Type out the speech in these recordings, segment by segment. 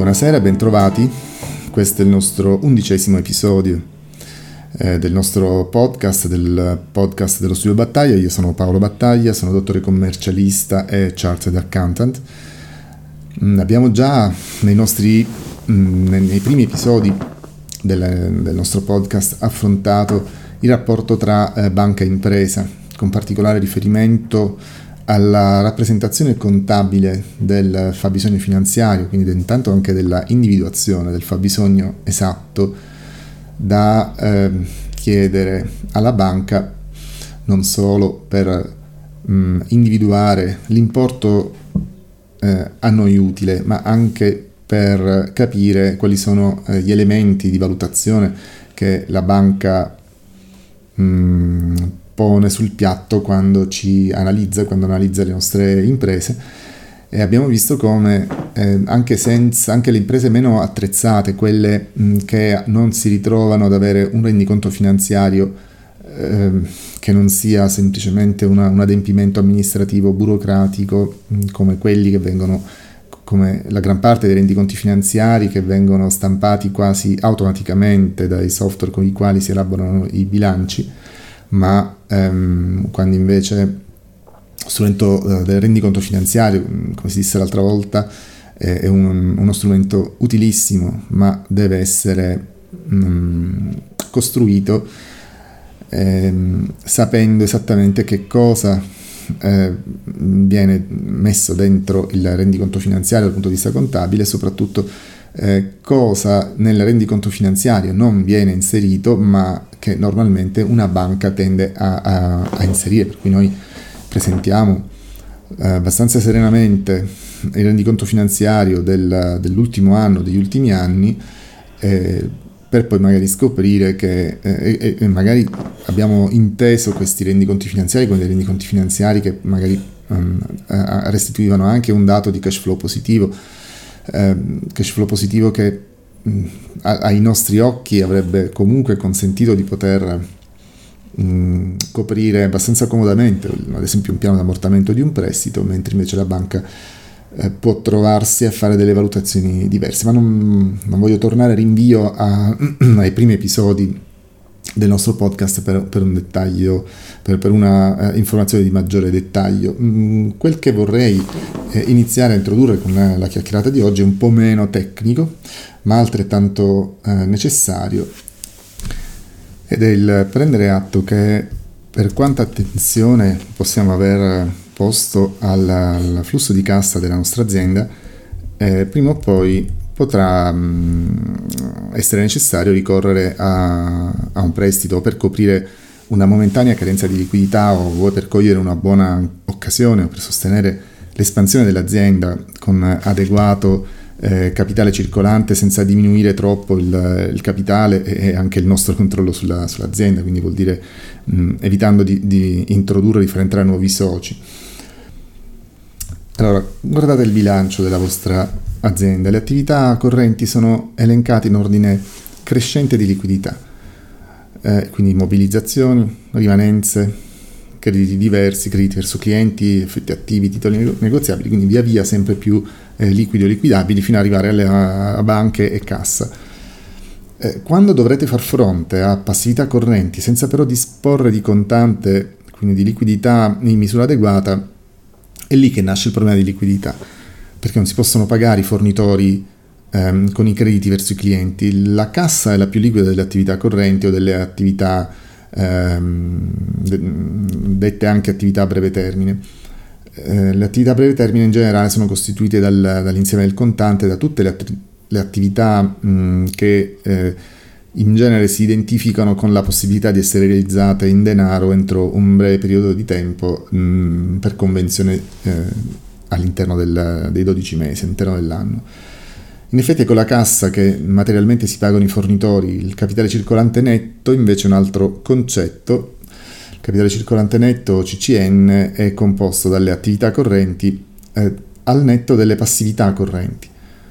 Buonasera, bentrovati. Questo è il nostro 11° episodio del nostro podcast, del podcast dello Studio Battaglia. Io sono Paolo Battaglia, sono dottore commercialista e Chartered Accountant. Abbiamo già nei primi episodi del nostro podcast affrontato il rapporto tra banca e impresa, con particolare riferimento alla rappresentazione contabile del fabbisogno finanziario, quindi intanto anche della individuazione del fabbisogno esatto da chiedere alla banca, non solo per individuare l'importo a noi utile, ma anche per capire quali sono gli elementi di valutazione che la banca pone sul piatto quando analizza le nostre imprese. E abbiamo visto come anche le imprese meno attrezzate, quelle che non si ritrovano ad avere un rendiconto finanziario che non sia semplicemente un adempimento amministrativo burocratico, come quelli che vengono, come la gran parte dei rendiconti finanziari che vengono stampati quasi automaticamente dai software con i quali si elaborano i bilanci, ma quando invece lo strumento del rendiconto finanziario, come si disse l'altra volta, è uno strumento utilissimo, ma deve essere costruito sapendo esattamente che cosa viene messo dentro il rendiconto finanziario dal punto di vista contabile, e soprattutto cosa nel rendiconto finanziario non viene inserito, ma che normalmente una banca tende a inserire, per cui noi presentiamo abbastanza serenamente il rendiconto finanziario dell'ultimo anno, degli ultimi anni, per poi magari scoprire che magari abbiamo inteso questi rendiconti finanziari come dei rendiconti finanziari che magari restituivano anche un dato di cash flow positivo che ai nostri occhi avrebbe comunque consentito di poter coprire abbastanza comodamente, ad esempio, un piano di ammortamento di un prestito, mentre invece la banca può trovarsi a fare delle valutazioni diverse. Ma non voglio tornare, rinvio ai primi episodi del nostro podcast per un dettaglio, per una informazione di maggiore dettaglio. Quel che vorrei iniziare a introdurre con la chiacchierata di oggi è un po' meno tecnico, ma altrettanto necessario, ed è il prendere atto che per quanta attenzione possiamo aver posto al flusso di cassa della nostra azienda, prima o poi potrà essere necessario ricorrere a un prestito per coprire una momentanea carenza di liquidità, o per cogliere una buona occasione, o per sostenere l'espansione dell'azienda con adeguato capitale circolante senza diminuire troppo il capitale e anche il nostro controllo sull'azienda, quindi vuol dire evitando di introdurre, di far entrare nuovi soci. Allora, guardate il bilancio della vostra azienda. Le attività correnti sono elencate in ordine crescente di liquidità, quindi mobilizzazioni, rimanenze, crediti diversi, crediti verso clienti, effetti attivi, titoli negoziabili, quindi via via sempre più liquidi o liquidabili fino ad arrivare a banche e cassa. Quando dovrete far fronte a passività correnti senza però disporre di contante, quindi di liquidità in misura adeguata, è lì che nasce il problema di liquidità, perché non si possono pagare i fornitori con i crediti verso i clienti. La cassa è la più liquida delle attività correnti o delle attività dette anche attività a breve termine. Le attività a breve termine in generale sono costituite dall'insieme del contante, da tutte le attività che in genere si identificano con la possibilità di essere realizzate in denaro entro un breve periodo di tempo, per convenzione all'interno dei 12 mesi, all'interno dell'anno. In effetti è con la cassa che materialmente si pagano i fornitori. Il capitale circolante netto invece è un altro concetto. Il capitale circolante netto, CCN, è composto dalle attività correnti al netto delle passività correnti.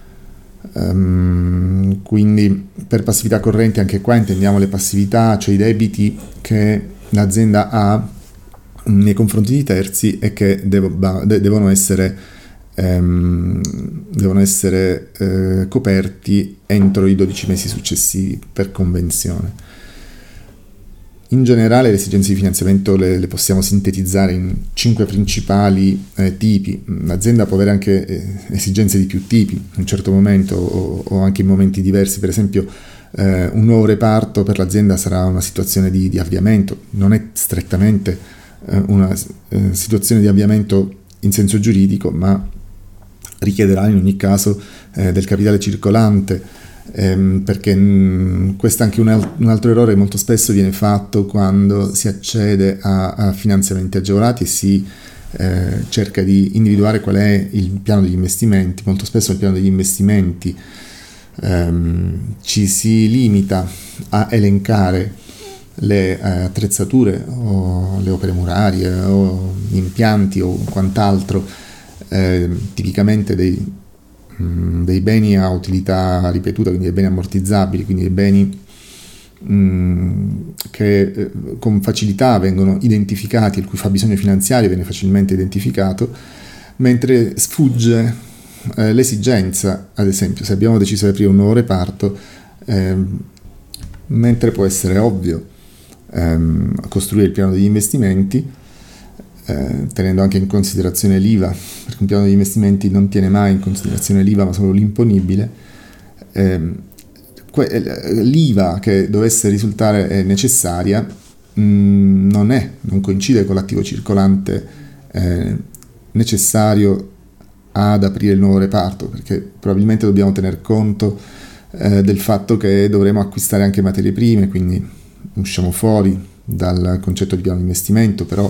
Quindi per passività correnti anche qua intendiamo le passività, cioè i debiti che l'azienda ha nei confronti di terzi e che devono essere devono essere coperti entro i 12 mesi successivi per convenzione. In generale le esigenze di finanziamento le possiamo sintetizzare in 5 principali tipi. L'azienda può avere anche esigenze di più tipi in un certo momento o anche in momenti diversi. Per esempio un nuovo reparto per l'azienda sarà una situazione di avviamento, non è strettamente una situazione di avviamento in senso giuridico, ma richiederà in ogni caso del capitale circolante. Perché questo è anche un altro errore che molto spesso viene fatto quando si accede a finanziamenti agevolati e si cerca di individuare qual è il piano degli investimenti. Molto spesso il piano degli investimenti ci si limita a elencare le attrezzature o le opere murarie o gli impianti o quant'altro, tipicamente dei beni a utilità ripetuta, quindi dei beni ammortizzabili, quindi dei beni che con facilità vengono identificati, il cui fabbisogno finanziario viene facilmente identificato, mentre sfugge l'esigenza, ad esempio, se abbiamo deciso di aprire un nuovo reparto, mentre può essere ovvio costruire il piano degli investimenti, tenendo anche in considerazione l'IVA, perché un piano di investimenti non tiene mai in considerazione l'IVA ma solo l'imponibile. L'IVA che dovesse risultare necessaria non coincide con l'attivo circolante necessario ad aprire il nuovo reparto, perché probabilmente dobbiamo tener conto del fatto che dovremo acquistare anche materie prime, quindi usciamo fuori dal concetto di piano di investimento, però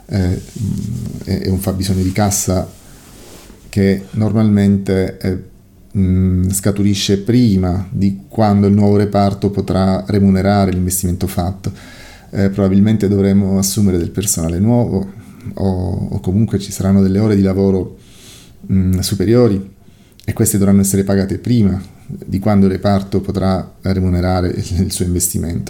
è un fabbisogno di cassa che normalmente scaturisce prima di quando il nuovo reparto potrà remunerare l'investimento fatto. Probabilmente dovremo assumere del personale nuovo o comunque ci saranno delle ore di lavoro superiori e queste dovranno essere pagate prima di quando il reparto potrà remunerare il suo investimento.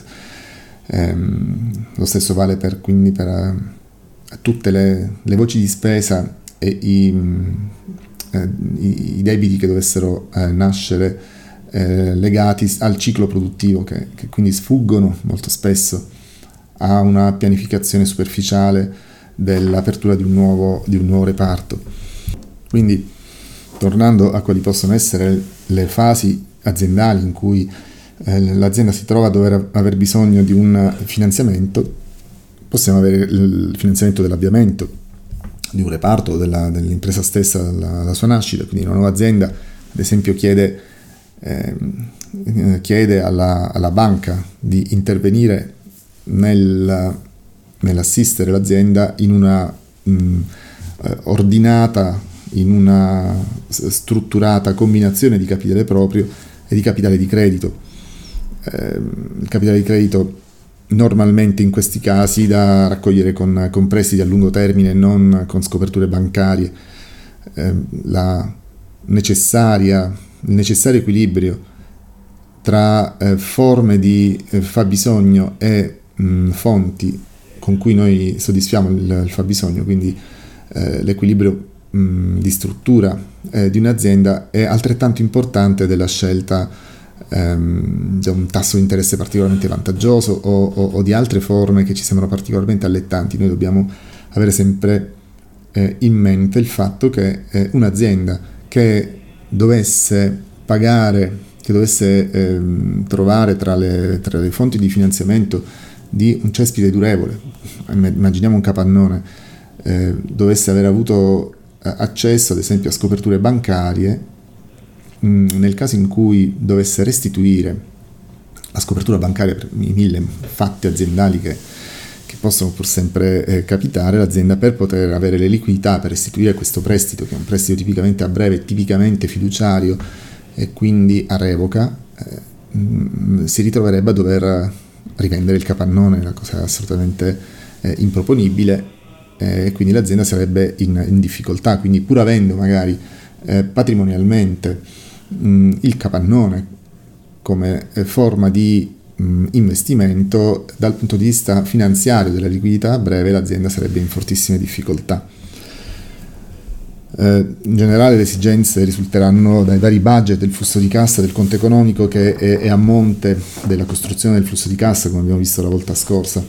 Lo stesso vale quindi per tutte le voci di spesa e i debiti che dovessero nascere legati al ciclo produttivo, che quindi sfuggono molto spesso a una pianificazione superficiale dell'apertura di un nuovo reparto. Quindi, tornando a quali possono essere le fasi aziendali in cui l'azienda si trova a dover aver bisogno di un finanziamento, possiamo avere il finanziamento dell'avviamento di un reparto o dell'impresa stessa dalla sua nascita. Quindi una nuova azienda, ad esempio, chiede alla banca di intervenire nell'assistere l'azienda in una ordinata, in una strutturata combinazione di capitale proprio e di capitale di credito. Il capitale di credito normalmente in questi casi da raccogliere con prestiti a lungo termine e non con scoperture bancarie. Il necessario equilibrio tra forme di fabbisogno e fonti con cui noi soddisfiamo il fabbisogno, quindi l'equilibrio di struttura di un'azienda è altrettanto importante della scelta di un tasso di interesse particolarmente vantaggioso o di altre forme che ci sembrano particolarmente allettanti. Noi dobbiamo avere sempre in mente il fatto che un'azienda che dovesse trovare tra le fonti di finanziamento di un cespite durevole, immaginiamo un capannone, dovesse aver avuto accesso ad esempio a scoperture bancarie, nel caso in cui dovesse restituire la scopertura bancaria per i 1000 fatti aziendali che possono pur sempre capitare, l'azienda, per poter avere le liquidità per restituire questo prestito, che è un prestito tipicamente a breve, tipicamente fiduciario e quindi a revoca, si ritroverebbe a dover rivendere il capannone, una cosa assolutamente improponibile, e quindi l'azienda sarebbe in difficoltà. Quindi, pur avendo magari patrimonialmente il capannone come forma di investimento, dal punto di vista finanziario della liquidità a breve l'azienda sarebbe in fortissime difficoltà. In generale le esigenze risulteranno dai vari budget del flusso di cassa del conto economico, che è a monte della costruzione del flusso di cassa, come abbiamo visto la volta scorsa,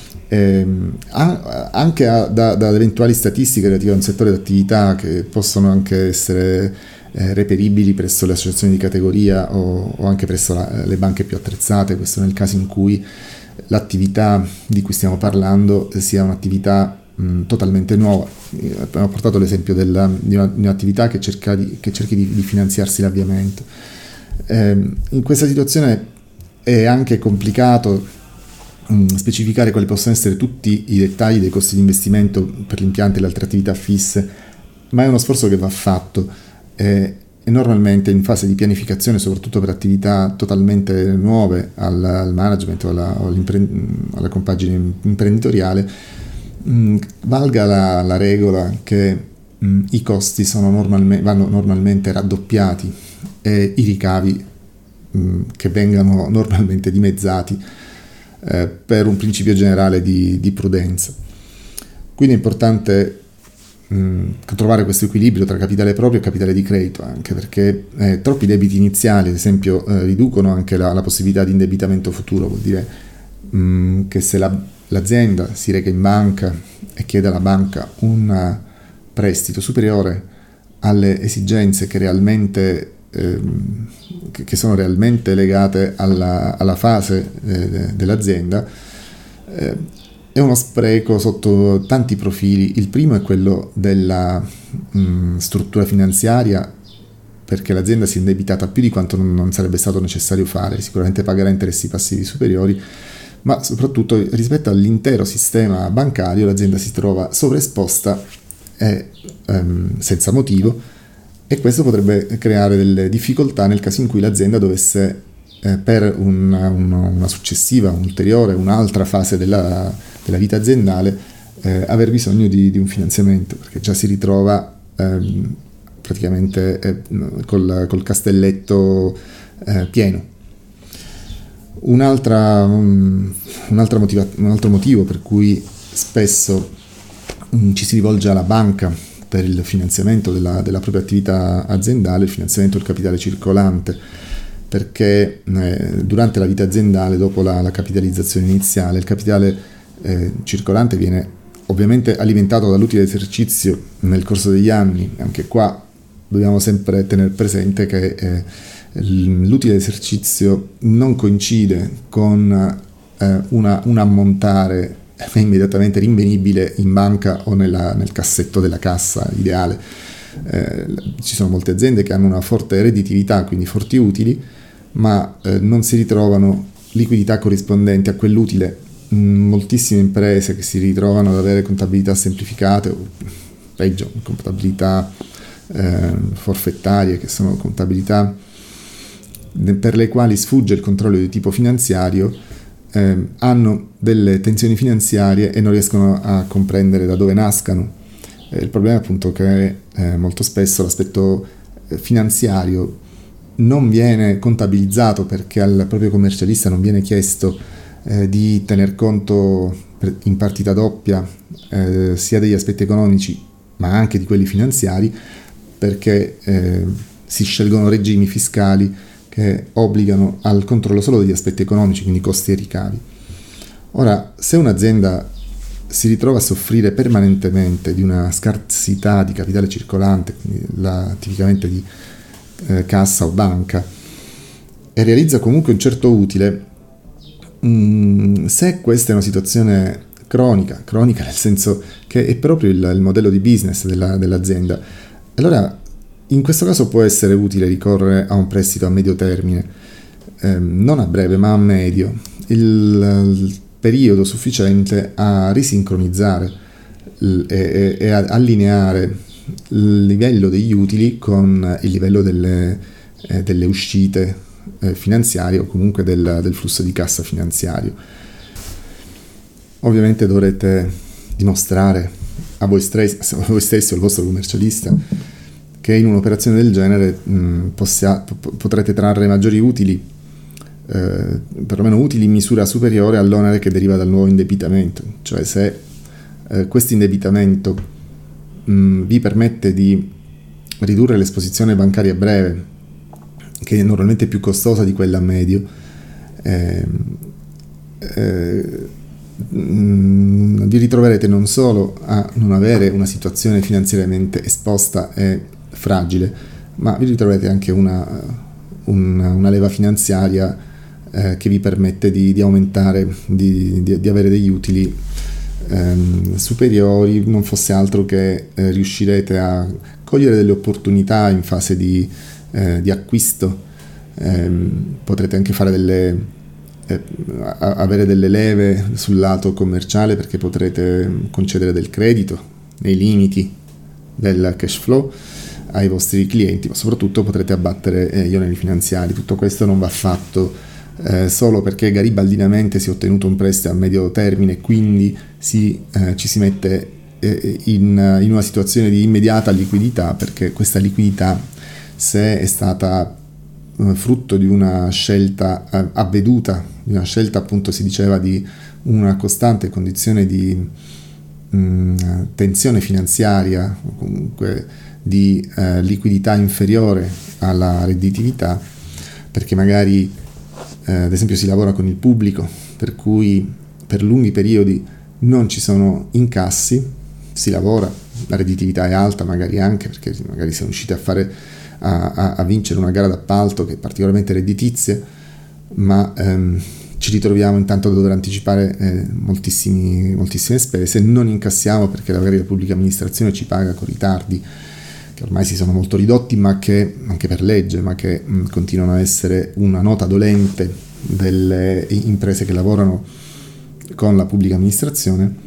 anche da eventuali statistiche relative a un settore d'attività che possono anche essere reperibili presso le associazioni di categoria o anche presso le banche più attrezzate. Questo nel caso in cui l'attività di cui stiamo parlando sia un'attività totalmente nuova. Abbiamo portato l'esempio di un'attività che cerchi di finanziarsi l'avviamento. In questa situazione è anche complicato specificare quali possono essere tutti i dettagli dei costi di investimento per l'impianto e le altre attività fisse, ma è uno sforzo che va fatto e normalmente in fase di pianificazione, soprattutto per attività totalmente nuove al management o alla compagine imprenditoriale, valga la regola che i costi vanno normalmente raddoppiati e i ricavi che vengano normalmente dimezzati per un principio generale di prudenza. Quindi è importante trovare questo equilibrio tra capitale proprio e capitale di credito, anche perché troppi debiti iniziali, ad esempio, riducono anche la possibilità di indebitamento futuro. Vuol dire che se l'azienda si reca in banca e chiede alla banca un prestito superiore alle esigenze che sono realmente legate alla fase dell'azienda, è uno spreco sotto tanti profili. Il primo è quello della struttura finanziaria, perché l'azienda si è indebitata più di quanto non sarebbe stato necessario fare, sicuramente pagherà interessi passivi superiori, ma soprattutto rispetto all'intero sistema bancario l'azienda si trova sovraesposta e senza motivo, e questo potrebbe creare delle difficoltà nel caso in cui l'azienda dovesse per una successiva, un'altra fase della vita aziendale aver bisogno di un finanziamento, perché già si ritrova praticamente col castelletto pieno. Un altro motivo per cui spesso ci si rivolge alla banca per il finanziamento della propria attività aziendale, il finanziamento del capitale circolante, perché durante la vita aziendale, dopo la capitalizzazione iniziale, il capitale circolante viene ovviamente alimentato dall'utile esercizio nel corso degli anni. Anche qua dobbiamo sempre tenere presente che l'utile esercizio non coincide con un ammontare immediatamente rinvenibile in banca o nel cassetto della cassa ideale. Ci sono molte aziende che hanno una forte redditività, quindi forti utili, ma non si ritrovano liquidità corrispondenti a quell'utile. Moltissime imprese che si ritrovano ad avere contabilità semplificate, o peggio, contabilità forfettarie, che sono contabilità per le quali sfugge il controllo di tipo finanziario, hanno delle tensioni finanziarie e non riescono a comprendere da dove nascano. Il problema è appunto che molto spesso l'aspetto finanziario non viene contabilizzato, perché al proprio commercialista non viene chiesto di tener conto in partita doppia sia degli aspetti economici ma anche di quelli finanziari, perché si scelgono regimi fiscali che obbligano al controllo solo degli aspetti economici, quindi costi e ricavi. Ora, se un'azienda si ritrova a soffrire permanentemente di una scarsità di capitale circolante, quindi tipicamente di cassa o banca, e realizza comunque un certo utile, se questa è una situazione cronica nel senso che è proprio il modello di business dell'azienda, allora in questo caso può essere utile ricorrere a un prestito a medio termine, non a breve ma a medio, il periodo sufficiente a risincronizzare e a allineare il livello degli utili con il livello delle uscite finanziarie, o comunque del flusso di cassa finanziario. Ovviamente dovrete dimostrare a voi stessi o al vostro commercialista che in un'operazione del genere potrete trarre maggiori utili, perlomeno utili in misura superiore all'onere che deriva dal nuovo indebitamento. Cioè, se questo indebitamento vi permette di ridurre l'esposizione bancaria breve, che è normalmente più costosa di quella a medio, vi ritroverete non solo a non avere una situazione finanziariamente esposta e fragile, ma vi ritroverete anche una leva finanziaria che vi permette di aumentare, di avere degli utili superiori, non fosse altro che riuscirete a cogliere delle opportunità in fase di acquisto. Potrete anche fare avere delle leve sul lato commerciale, perché potrete concedere del credito nei limiti del cash flow ai vostri clienti, ma soprattutto potrete abbattere gli oneri finanziari. Tutto questo non va fatto solo perché garibaldinamente si è ottenuto un prestito a medio termine e quindi ci si mette in una situazione di immediata liquidità, perché questa liquidità, se è stata frutto di una scelta avveduta, di una scelta, appunto, si diceva, di una costante condizione di tensione finanziaria, o comunque di liquidità inferiore alla redditività, perché magari ad esempio si lavora con il pubblico, per cui per lunghi periodi non ci sono incassi, si lavora, la redditività è alta, magari anche perché magari siamo riusciti a vincere una gara d'appalto che è particolarmente redditizia, ma ci ritroviamo intanto a dover anticipare moltissime spese, non incassiamo perché magari la pubblica amministrazione ci paga con ritardi che ormai si sono molto ridotti, ma che anche per legge, ma che continuano a essere una nota dolente delle imprese che lavorano con la pubblica amministrazione.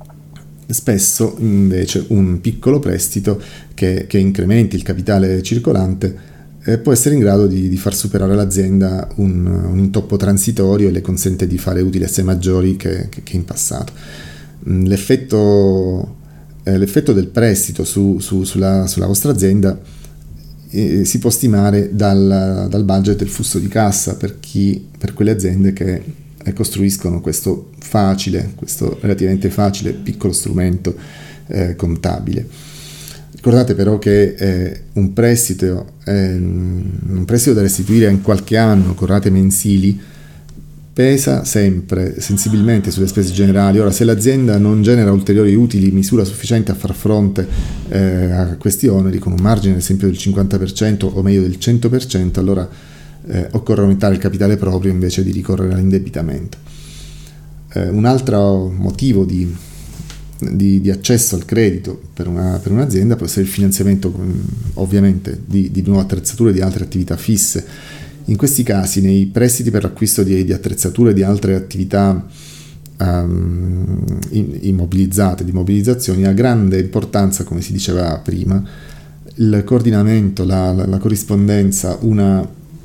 Spesso invece un piccolo prestito che incrementi il capitale circolante può essere in grado di far superare all'azienda un intoppo transitorio e le consente di fare utili assai maggiori che in passato. L'effetto del prestito sulla vostra azienda si può stimare dal budget del flusso di cassa per quelle aziende che costruiscono questo relativamente facile piccolo strumento contabile. Ricordate però che un prestito da restituire in qualche anno con rate mensili pesa sempre sensibilmente sulle spese generali. Ora, se l'azienda non genera ulteriori utili in misura sufficiente a far fronte a questi oneri, con un margine ad esempio del 50% o meglio del 100%, allora occorre aumentare il capitale proprio invece di ricorrere all'indebitamento. Un altro motivo di accesso al credito per un'azienda può essere il finanziamento, ovviamente, di nuove attrezzature e di altre attività fisse. In questi casi, nei prestiti per l'acquisto di attrezzature e di altre attività immobilizzate, di mobilizzazioni, ha grande importanza, come si diceva prima, il coordinamento, la corrispondenza, un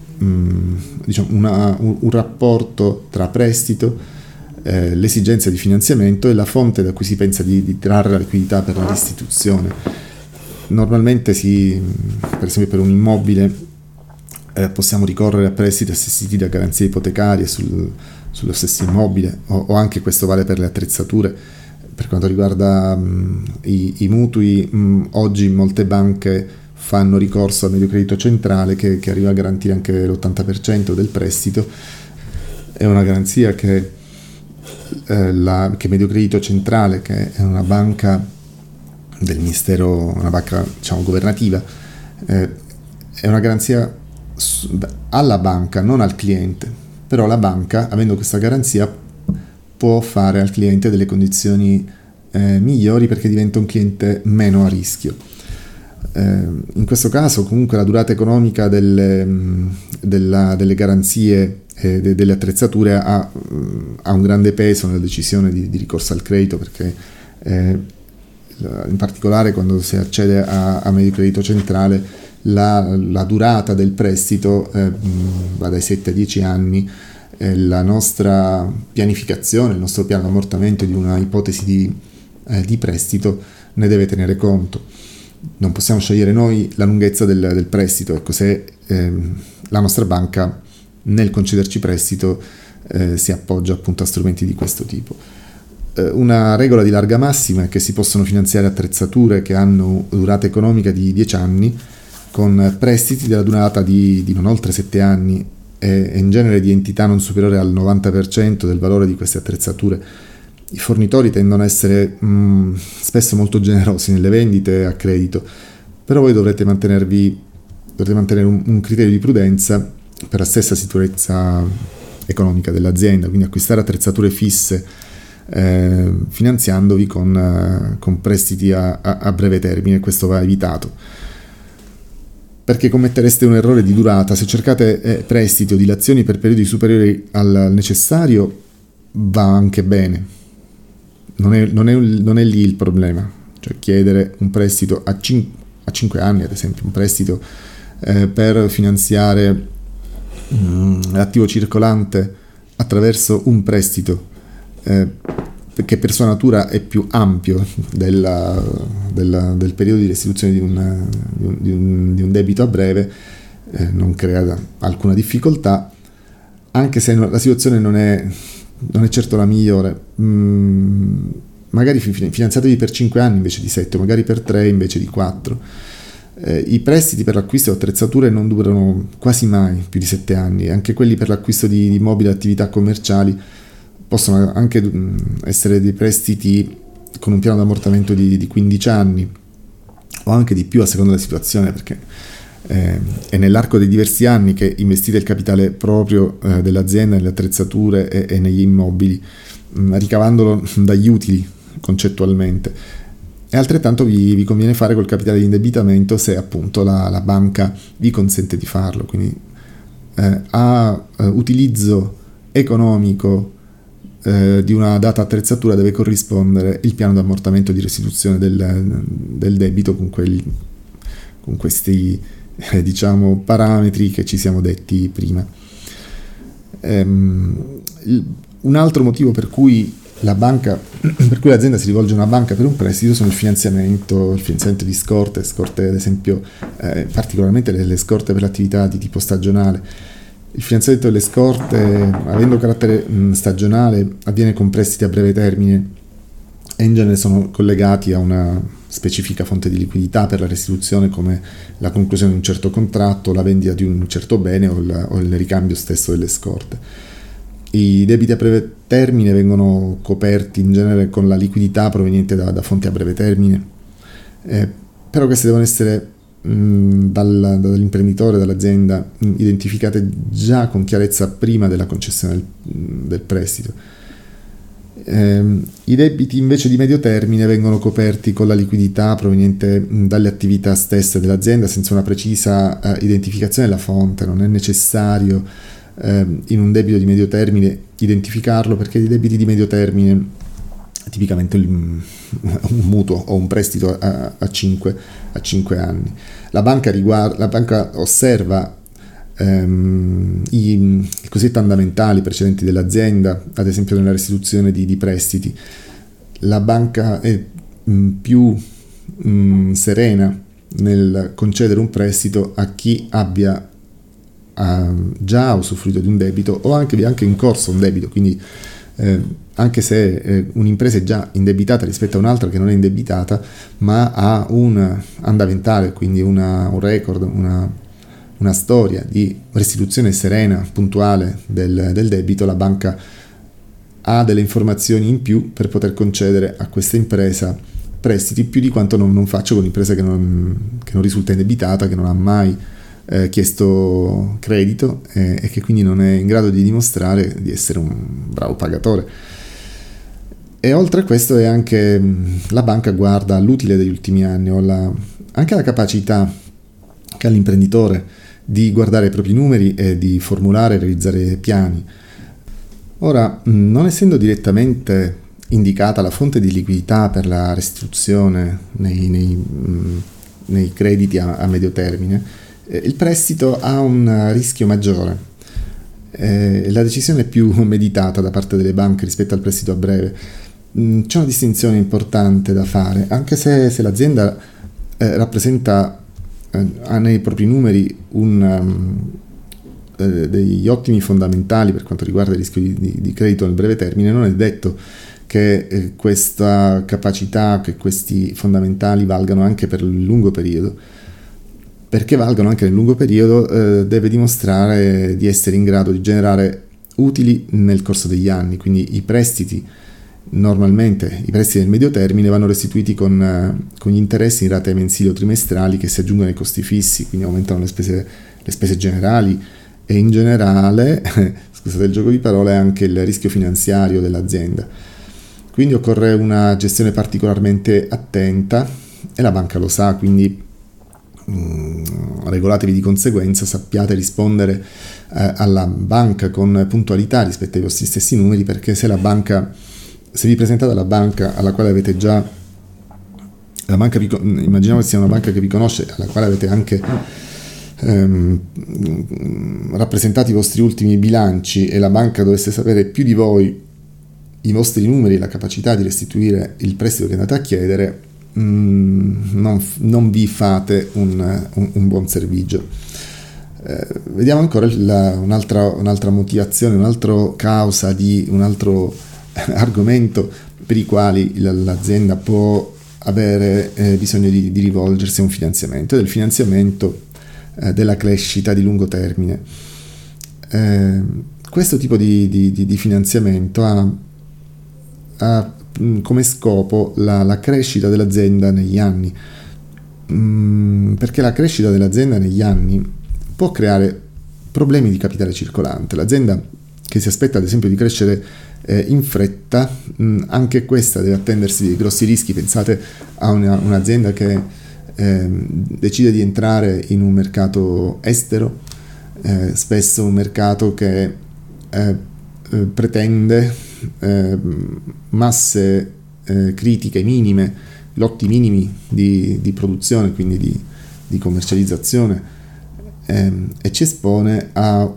rapporto tra prestito, l'esigenza di finanziamento e la fonte da cui si pensa di trarre la liquidità per la restituzione. Normalmente per esempio per un immobile possiamo ricorrere a prestiti assistiti da garanzie ipotecarie sullo stesso immobile, o anche questo vale per le attrezzature. Per quanto riguarda i mutui, oggi molte banche fanno ricorso al Mediocredito Centrale che arriva a garantire anche l'80% del prestito. È una garanzia che Mediocredito Centrale, che è una banca del Ministero, una banca diciamo governativa, è una garanzia alla banca, non al cliente, però la banca, avendo questa garanzia, può fare al cliente delle condizioni migliori, perché diventa un cliente meno a rischio. In questo caso comunque la durata economica delle garanzie e delle attrezzature ha un grande peso nella decisione di ricorso al credito, perché in particolare quando si accede a Mediocredito Centrale la durata del prestito va dai 7 a 10 anni. La nostra pianificazione, il nostro piano ammortamento di una ipotesi di prestito ne deve tenere conto. Non possiamo scegliere noi la lunghezza del prestito. Ecco, se la nostra banca nel concederci prestito si appoggia appunto a strumenti di questo tipo. Una regola di larga massima è che si possono finanziare attrezzature che hanno durata economica di 10 anni, con prestiti della durata di non oltre 7 anni e in genere di entità non superiore al 90% del valore di queste attrezzature. I fornitori tendono a essere spesso molto generosi nelle vendite a credito, però voi dovrete mantenere un criterio di prudenza per la stessa sicurezza economica dell'azienda, quindi acquistare attrezzature fisse finanziandovi con prestiti a breve termine. Questo va evitato, perché commettereste un errore di durata se cercate prestiti o dilazioni per periodi superiori al necessario. Va anche bene, non è lì il problema, cioè chiedere un prestito a 5 anni, ad esempio un prestito per finanziare l'attivo circolante attraverso un prestito che per sua natura è più ampio del periodo di restituzione di un debito a breve, non crea alcuna difficoltà, anche se la situazione non è certo la migliore. Magari finanziatevi per 5 anni invece di 7, magari per 3 invece di 4. I prestiti per l'acquisto di attrezzature non durano quasi mai più di 7 anni, anche quelli per l'acquisto di mobili e attività commerciali possono anche essere dei prestiti con un piano di ammortamento di 15 anni o anche di più a seconda della situazione, perché è nell'arco dei diversi anni che investite il capitale proprio dell'azienda nelle attrezzature e negli immobili, ricavandolo dagli utili concettualmente. E altrettanto vi conviene fare col capitale di indebitamento se appunto la banca vi consente di farlo, quindi a utilizzo economico di una data attrezzatura deve corrispondere il piano di ammortamento di restituzione del debito con questi diciamo parametri che ci siamo detti prima. Un altro motivo per cui l'azienda si rivolge a una banca per un prestito sono il finanziamento di scorte ad esempio, particolarmente le scorte per l'attività di tipo stagionale. Il finanziamento delle scorte, avendo carattere stagionale, avviene con prestiti a breve termine e in genere sono collegati a una specifica fonte di liquidità per la restituzione, come la conclusione di un certo contratto, la vendita di un certo bene o il ricambio stesso delle scorte. I debiti a breve termine vengono coperti in genere con la liquidità proveniente da fonti a breve termine, però queste devono essere dall'imprenditore, dall'azienda, identificate già con chiarezza prima della concessione del prestito. I debiti invece di medio termine vengono coperti con la liquidità proveniente dalle attività stesse dell'azienda senza una precisa identificazione della fonte. Non è necessario in un debito di medio termine identificarlo, perché i debiti di medio termine, tipicamente un mutuo o un prestito a 5 anni, la banca osserva i cosiddetti andamentali precedenti dell'azienda, ad esempio nella restituzione di prestiti. La banca è più serena nel concedere un prestito a chi abbia già usufruito di un debito o anche in corso un debito, quindi anche se un'impresa è già indebitata rispetto a un'altra che non è indebitata ma ha un andamentale, quindi un record, una storia di restituzione serena, puntuale del debito, la banca ha delle informazioni in più per poter concedere a questa impresa prestiti più di quanto non faccio con un'impresa che non risulta indebitata, che non ha mai chiesto credito e che quindi non è in grado di dimostrare di essere un bravo pagatore. E oltre a questo è anche la banca guarda all'utile degli ultimi anni o anche alla capacità che ha l'imprenditore di guardare i propri numeri e di formulare e realizzare piani. Ora, non essendo direttamente indicata la fonte di liquidità per la restituzione nei crediti a medio termine, il prestito ha un rischio maggiore. La decisione è più meditata da parte delle banche rispetto al prestito a breve. C'è una distinzione importante da fare, anche se l'azienda rappresenta ha nei propri numeri degli ottimi fondamentali per quanto riguarda il rischio di credito nel breve termine. Non è detto che questa capacità, che questi fondamentali valgano anche per il lungo periodo. perché valgano anche nel lungo periodo, deve dimostrare di essere in grado di generare utili nel corso degli anni, quindi i prestiti normalmente, i prestiti nel medio termine vanno restituiti con gli interessi in rate mensili o trimestrali che si aggiungono ai costi fissi, quindi aumentano le spese generali e in generale, scusate il gioco di parole, anche il rischio finanziario dell'azienda. Quindi occorre una gestione particolarmente attenta e la banca lo sa, quindi regolatevi di conseguenza, sappiate rispondere alla banca con puntualità rispetto ai vostri stessi numeri, perché se vi presentate alla banca alla quale avete già, immaginiamo che sia una banca che vi conosce, alla quale avete anche rappresentati i vostri ultimi bilanci, e la banca dovesse sapere più di voi i vostri numeri e la capacità di restituire il prestito che andate a chiedere, non vi fate un buon servigio. Vediamo ancora un'altra motivazione, un'altra causa un altro argomento per i quali l'azienda può avere bisogno di rivolgersi a un finanziamento, del finanziamento della crescita di lungo termine. Questo tipo di finanziamento ha come scopo la crescita dell'azienda negli anni, perché la crescita dell'azienda negli anni può creare problemi di capitale circolante. L'azienda che si aspetta ad esempio di crescere in fretta, anche questa deve attendersi dei grossi rischi. Pensate a un'azienda che decide di entrare in un mercato estero, spesso un mercato che pretende masse critiche minime, lotti minimi di produzione, quindi di commercializzazione, e ci espone per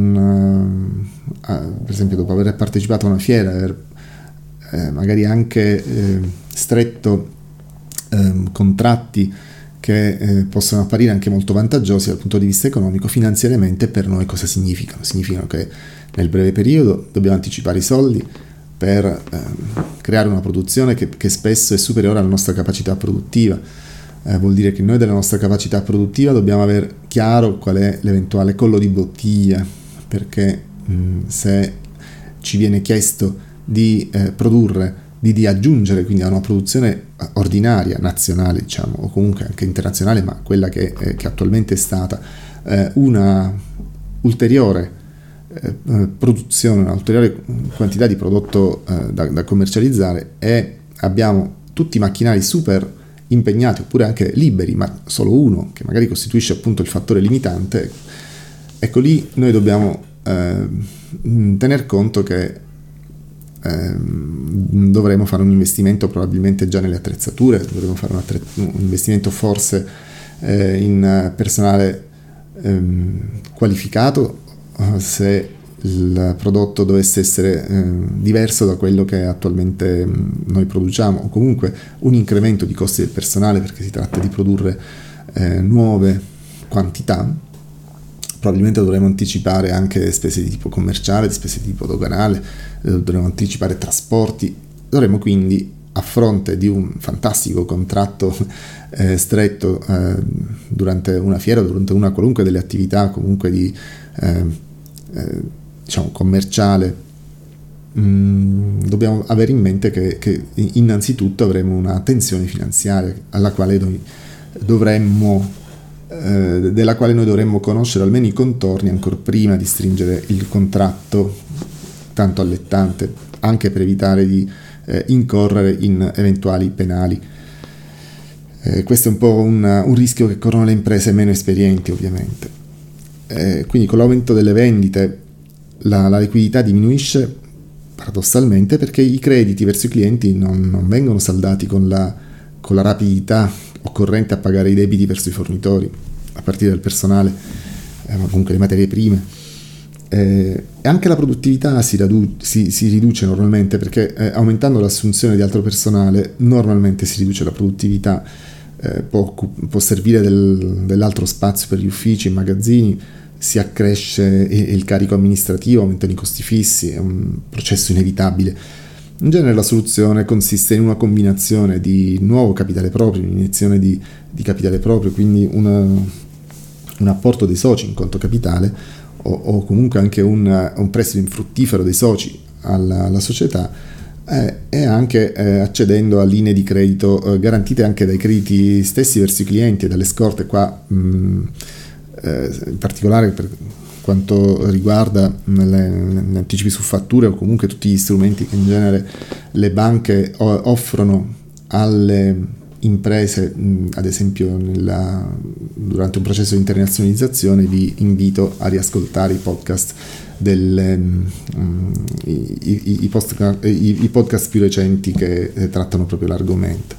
esempio, dopo aver partecipato a una fiera, aver magari anche stretto contratti che possono apparire anche molto vantaggiosi dal punto di vista economico, finanziariamente per noi cosa significano? Significano che nel breve periodo dobbiamo anticipare i soldi per creare una produzione che spesso è superiore alla nostra capacità produttiva. Vuol dire che noi della nostra capacità produttiva dobbiamo aver chiaro qual è l'eventuale collo di bottiglia, perché se ci viene chiesto di produrre, di aggiungere quindi a una produzione ordinaria, nazionale diciamo, o comunque anche internazionale, ma quella che attualmente è stata, una ulteriore produzione, una ulteriore quantità di prodotto da commercializzare, e abbiamo tutti i macchinari super impegnati oppure anche liberi, ma solo uno che magari costituisce appunto il fattore limitante, ecco lì noi dobbiamo tener conto che dovremo fare un investimento probabilmente già nelle attrezzature, dovremo fare un investimento forse in personale qualificato, se il prodotto dovesse essere diverso da quello che attualmente noi produciamo, o comunque un incremento di costi del personale perché si tratta di produrre nuove quantità. Probabilmente dovremo anticipare anche spese di tipo commerciale, spese di tipo doganale, dovremo anticipare trasporti. Dovremo quindi, a fronte di un fantastico contratto stretto durante una fiera, durante una qualunque delle attività comunque di diciamo commerciale, dobbiamo avere in mente che innanzitutto avremo una tensione finanziaria alla quale noi della quale noi dovremmo conoscere almeno i contorni ancora prima di stringere il contratto tanto allettante, anche per evitare di incorrere in eventuali penali. Questo è un po' un rischio che corrono le imprese meno esperienti, ovviamente. Quindi con l'aumento delle vendite la liquidità diminuisce paradossalmente, perché i crediti verso i clienti non vengono saldati con la rapidità occorrente a pagare i debiti verso i fornitori, a partire dal personale, ma comunque le materie prime. E anche la produttività si riduce normalmente, perché aumentando l'assunzione di altro personale normalmente si riduce la produttività, può servire dell'altro spazio per gli uffici, i magazzini, si accresce il carico amministrativo, aumentano i costi fissi, è un processo inevitabile. In genere la soluzione consiste in una combinazione di nuovo capitale proprio, un'iniezione di capitale proprio, quindi un apporto dei soci in conto capitale o comunque anche un prestito infruttifero dei soci alla società, e anche accedendo a linee di credito garantite anche dai crediti stessi verso i clienti e dalle scorte. Qua in particolare per quanto riguarda gli anticipi su fatture o comunque tutti gli strumenti che in genere le banche offrono alle imprese, ad esempio durante un processo di internazionalizzazione, vi invito a riascoltare i podcast i podcast più recenti che trattano proprio l'argomento.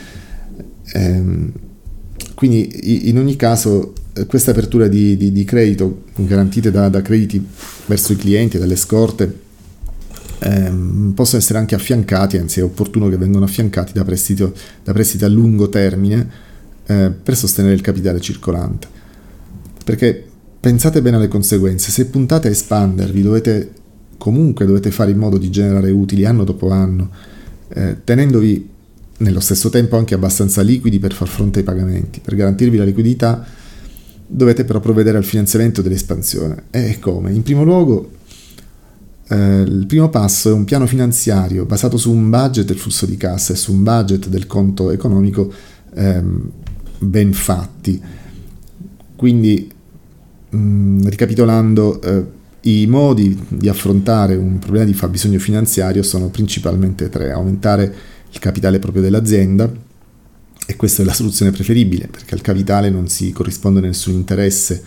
Quindi in ogni caso questa apertura di credito garantite da crediti verso i clienti e dalle scorte possono essere anche affiancati, anzi è opportuno che vengano affiancati da prestiti a lungo termine per sostenere il capitale circolante, perché pensate bene alle conseguenze. Se puntate a espandervi dovete fare in modo di generare utili anno dopo anno, tenendovi nello stesso tempo anche abbastanza liquidi per far fronte ai pagamenti. Per garantirvi la liquidità dovete però provvedere al finanziamento dell'espansione. E come? In primo luogo il primo passo è un piano finanziario basato su un budget del flusso di cassa e su un budget del conto economico ben fatti. Quindi ricapitolando, i modi di affrontare un problema di fabbisogno finanziario sono principalmente tre: aumentare il capitale proprio dell'azienda, e questa è la soluzione preferibile perché al capitale non si corrisponde nessun interesse,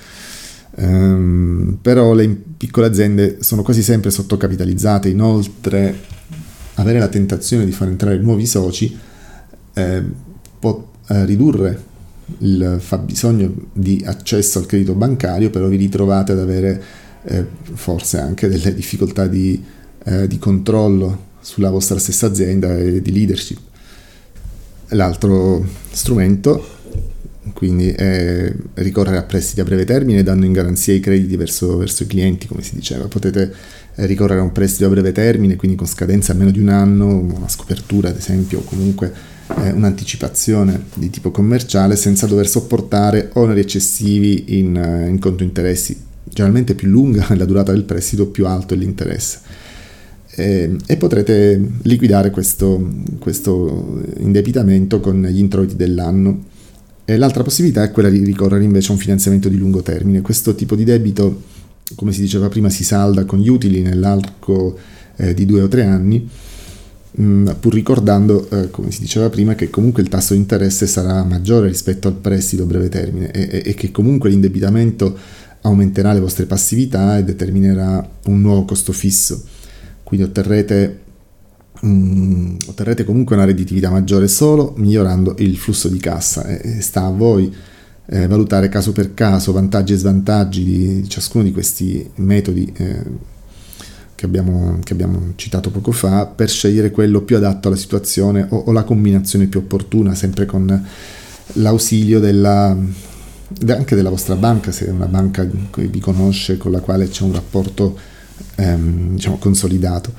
però le piccole aziende sono quasi sempre sottocapitalizzate. Inoltre avere la tentazione di far entrare nuovi soci può ridurre il fabbisogno di accesso al credito bancario, però vi ritrovate ad avere forse anche delle difficoltà di controllo sulla vostra stessa azienda e di leadership. L'altro strumento quindi è ricorrere a prestiti a breve termine dando in garanzia i crediti verso i clienti, come si diceva. Potete ricorrere a un prestito a breve termine, quindi con scadenza a meno di un anno, una scopertura ad esempio, o comunque un'anticipazione di tipo commerciale, senza dover sopportare oneri eccessivi in conto interessi. Generalmente più lunga è la durata del prestito, più alto è l'interesse. E potrete liquidare questo indebitamento con gli introiti dell'anno. E l'altra possibilità è quella di ricorrere invece a un finanziamento di lungo termine. Questo tipo di debito, come si diceva prima, si salda con gli utili nell'arco di 2 o 3 anni, pur ricordando, come si diceva prima, che comunque il tasso di interesse sarà maggiore rispetto al prestito a breve termine e che comunque l'indebitamento aumenterà le vostre passività e determinerà un nuovo costo fisso. Quindi otterrete comunque una redditività maggiore solo migliorando il flusso di cassa, e sta a voi valutare caso per caso vantaggi e svantaggi di ciascuno di questi metodi che abbiamo citato poco fa, per scegliere quello più adatto alla situazione o la combinazione più opportuna, sempre con l'ausilio anche della vostra banca, se è una banca che vi conosce, con la quale c'è un rapporto consolidato.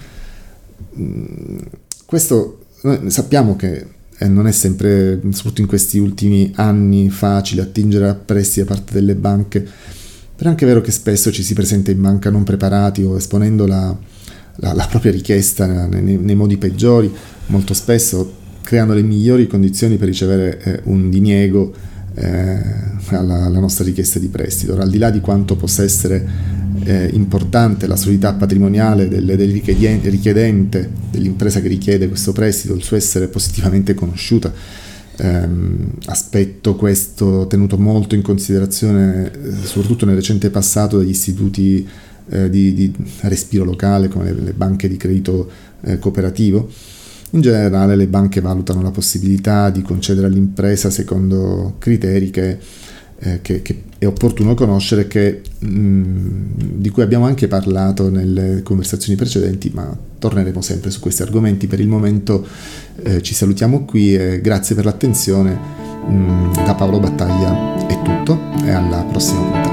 Questo noi sappiamo che non è sempre, soprattutto in questi ultimi anni, facile attingere a prestiti da parte delle banche, però è anche vero che spesso ci si presenta in banca non preparati o esponendo la propria richiesta nei modi peggiori, molto spesso creando le migliori condizioni per ricevere un diniego alla nostra richiesta di prestito. Ora, al di là di quanto possa essere importante la solidità patrimoniale del richiedente, dell'impresa che richiede questo prestito, il suo essere positivamente conosciuta, aspetto questo tenuto molto in considerazione soprattutto nel recente passato dagli istituti di respiro locale come le banche di credito cooperativo. In generale le banche valutano la possibilità di concedere all'impresa secondo criteri che è opportuno conoscere, di cui abbiamo anche parlato nelle conversazioni precedenti, ma torneremo sempre su questi argomenti. Per il momento ci salutiamo qui e grazie per l'attenzione. Da Paolo Battaglia è tutto e alla prossima puntata.